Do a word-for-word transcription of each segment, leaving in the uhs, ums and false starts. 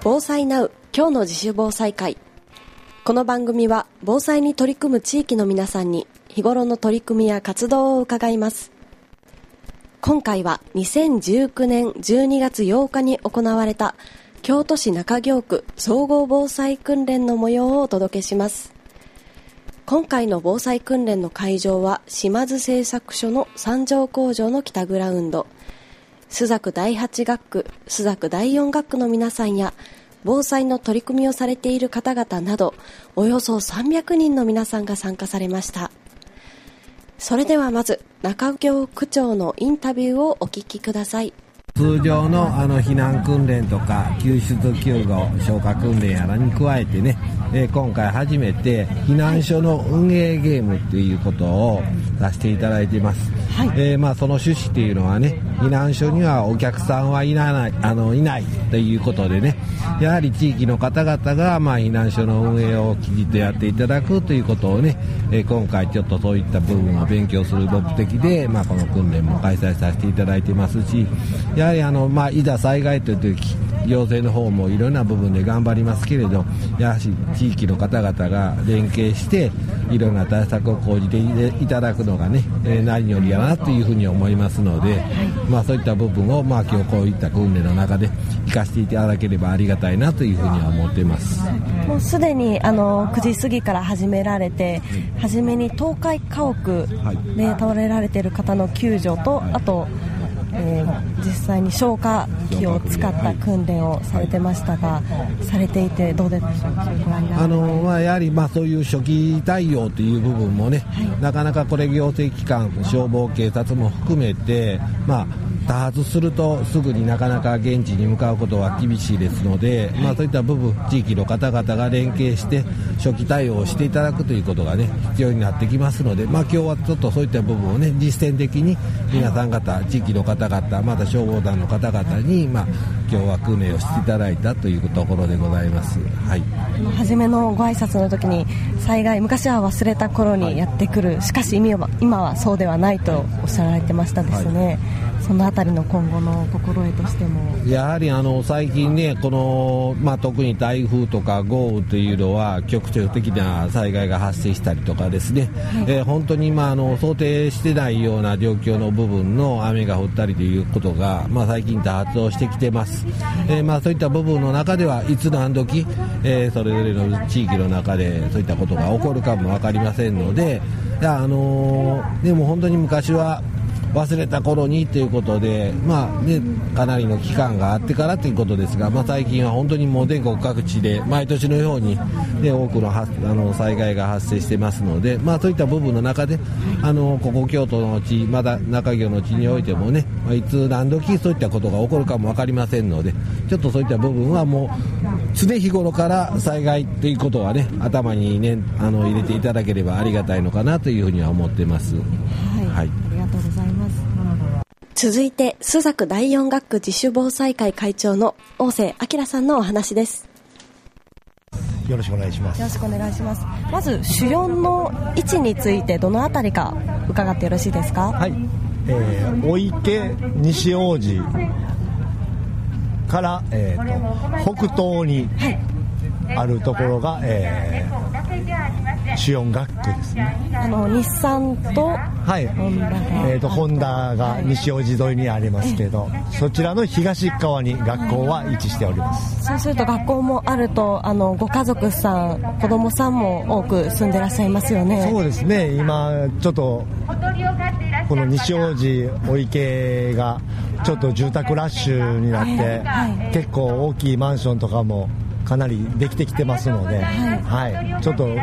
防災ナウ今日の自主防災会。この番組は防災に取り組む地域の皆さんに日頃の取り組みや活動を伺います。今回はにせんじゅうきゅうねんじゅうにがつようかに行われた京都市中京区総合防災訓練の模様をお届けします。今回の防災訓練の会場は島津製作所の三条工場の北グラウンド。朱雀だいはち学区、朱雀だいよん学区の皆さんや防災の取り組みをされている方々などおよそさんびゃくにんの皆さんが参加されました。それではまず中京区長のインタビューをお聞きください。 通常のあの避難訓練とか救出救護消火訓練やらに加えてね、えー、今回初めて避難所の運営ゲームっていうことをさせていただいています、はい。えー、まあその趣旨っていうのはね、避難所にはお客さんはいないあのいないということでね、やはり地域の方々がまあ避難所の運営をきちっとやっていただくということをね、えー、今回ちょっとそういった部分を勉強する目的で、まあ、この訓練も開催させていただいてますし、やはりあの、まあ、いざ災害という時行政の方もいろんな部分で頑張りますけれど、やはり地域の方々が連携していろんな対策を講じていただくのがね、えー、何よりやなというふうに思いますので、まあ、そういった部分を、まあ、今日こういった訓練の中で生かしていただければありがたいなというふうには思っています。 もうすでにあのくじ過ぎから始められて、初めに倒壊家屋で倒れられている方の救助と、あとえー、実際に消火器を使った訓練をされてましたが、されていてどうでしょうか。 あの、まあ、やはりまあそういう初期対応という部分もね、はい、なかなかこれ行政機関消防警察も含めて、まあ多発するとすぐになかなか現地に向かうことは厳しいですので、まあ、そういった部分地域の方々が連携して初期対応をしていただくということがね必要になってきますので、まあ、今日はちょっとそういった部分をね実践的に皆さん方地域の方々また消防団の方々に、まあ、今日は訓練をしていただいたというところでございます、はい。 初めのご挨拶の時に災害昔は忘れた頃にやってくる、はい、しかし今は、今はそうではないとおっしゃられてましたですね、はい。そのあたりの今後の心得としてもやはりあの最近ねこの、まあ、特に台風とか豪雨というのは局所的な災害が発生したりとかですね、はい。えー、本当に、まあ、あの想定してないような状況の部分の雨が降ったりということが、まあ、最近多発をしてきてます、えーまあ、そういった部分の中ではいつ何時、えー、それぞれの地域の中でそういったことが起こるかも分かりませんので、いや、あのー、でも本当に昔は忘れた頃にということで、まあね、かなりの期間があってからということですが、まあ、最近は本当にもう全国各地で毎年のように、ね、多くの、はあの災害が発生してますので、まあ、そういった部分の中であのここ京都の地まだ中京の地においてもね、まあ、いつ何時そういったことが起こるかも分かりませんので、ちょっとそういった部分はもう常日頃から災害ということはね頭に、ね、あの入れていただければありがたいのかなというふうには思ってます、はいはい。ありがとうございます。続いて朱雀だいよん学区自主防災会会長の大瀬明さんのお話です。 よろしくお願いします。 よろしくお願いします。まず主要の位置についてどのあたりか伺ってよろしいですか。 はい、えー、御池西大路から、えー、と北東にあるところが、はい、えー、主要学区ですね。 あの日産とはい、ホンダが、えー、とホンダが西大路沿いにありますけど、そちらの東側に学校は位置しております。 そうすると学校もあると、あのご家族さん子供さんも多く住んでらっしゃいますよね。 そうですね。今ちょっとこの西大路御池がちょっと住宅ラッシュになって、はいはい、結構大きいマンションとかもかなりできてきてますので、はいはい、ちょっと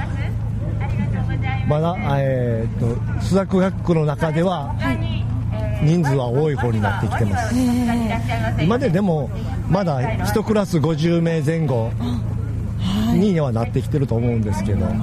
まだ、えー、と朱雀学区の中では人数は多い方になってきてます。今ででもまだいちクラスごじゅうめいぜん後にはなってきてると思うんですけど、はい、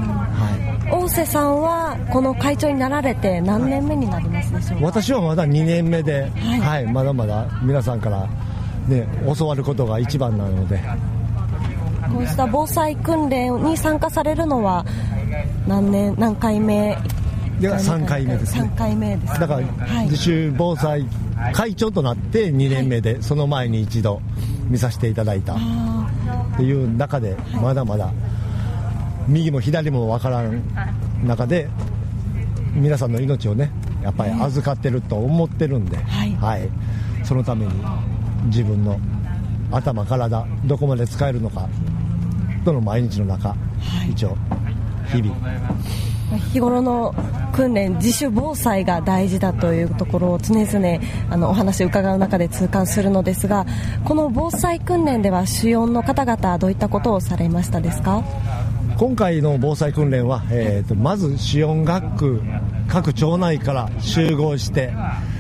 大瀬さんはこの会長になられて何年目になりますでしょうか。 私はまだにねんめで、はいはい、まだまだ皆さんから、ね、教わることが一番なので、 こうした防災訓練に参加されるのは何年何回目。 いやさんかいめですね。 さんかいめですね。 だから、はい、自主防災会長となってにねんめで、はい、その前に一度見させていただいたっていう中で、まだまだ右も左も分からん中で皆さんの命をねやっぱり預かってると思ってるんで、はいはい、そのために自分の頭体どこまで使えるのかとの毎日の中、はい、一応日々 日頃の訓練、自主防災が大事だというところを常々あのお話を伺う中で痛感するのですが、この防災訓練では主要の方々どういったことをされましたですか？ 今回の防災訓練は、えーと、まず主音学区各町内から集合して、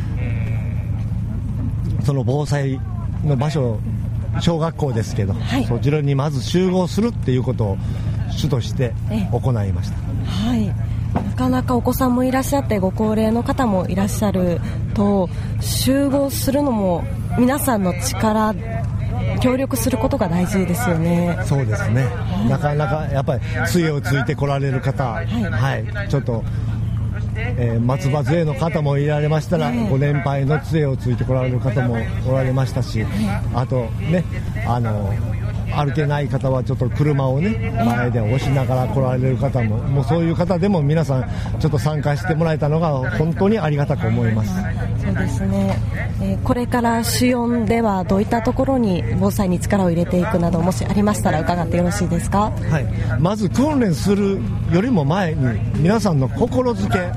その防災の場所、小学校ですけど、はい、そちらにまず集合するっていうことを主として行いました。 はい、なかなかお子さんもいらっしゃってご高齢の方もいらっしゃると、集合するのも皆さんの力協力することが大事ですよね。 そうですね、はい、なかなかやっぱり杖をついて来られる方、はいはい、ちょっと、えー、松葉杖の方もいられましたら、はい、ご年配の杖をついて来られる方もおられましたし、はい、あとね、あの歩けない方はちょっと車をね前で押しながら来られる方も、もうそういう方でも皆さんちょっと参加してもらえたのが本当にありがたく思います。 そうですね、えー、これから主音ではどういったところに防災に力を入れていくなど、もしありましたら伺ってよろしいですか？ はい、まず訓練するよりも前に皆さんの心づけ、はい、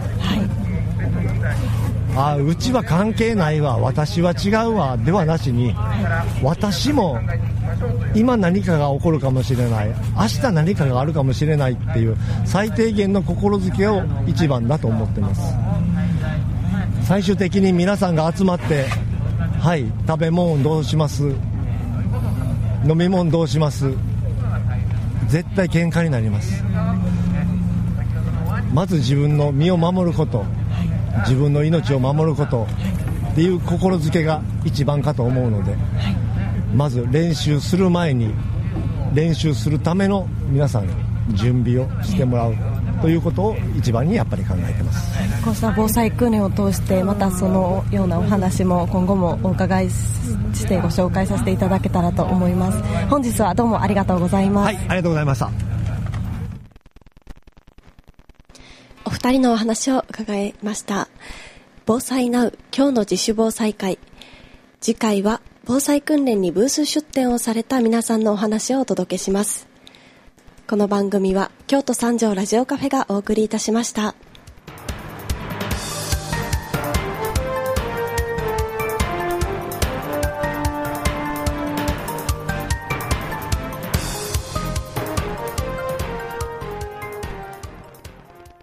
あうちは関係ないわ、私は違うわではなしに、はい、私も今何かが起こるかもしれない、明日何かがあるかもしれないっていう最低限の心づけを一番だと思ってます。最終的に皆さんが集まって、はい、食べ物どうします、飲み物どうします、絶対喧嘩になります。まず自分の身を守ること、自分の命を守ることっていう心づけが一番かと思うので、まず練習する前に練習するための皆さん準備をしてもらうということを一番にやっぱり考えてます。 こうした防災訓練を通してまたそのようなお話も今後もお伺いしてご紹介させていただけたらと思います。本日はどうもありがとうございます。 はい、ありがとうございました。 お二人のお話を伺いました。防災ナウ今日の自主防災会、次回は防災訓練にブース出展をされた皆さんのお話をお届けします。この番組は京都三条ラジオカフェがお送りいたしました。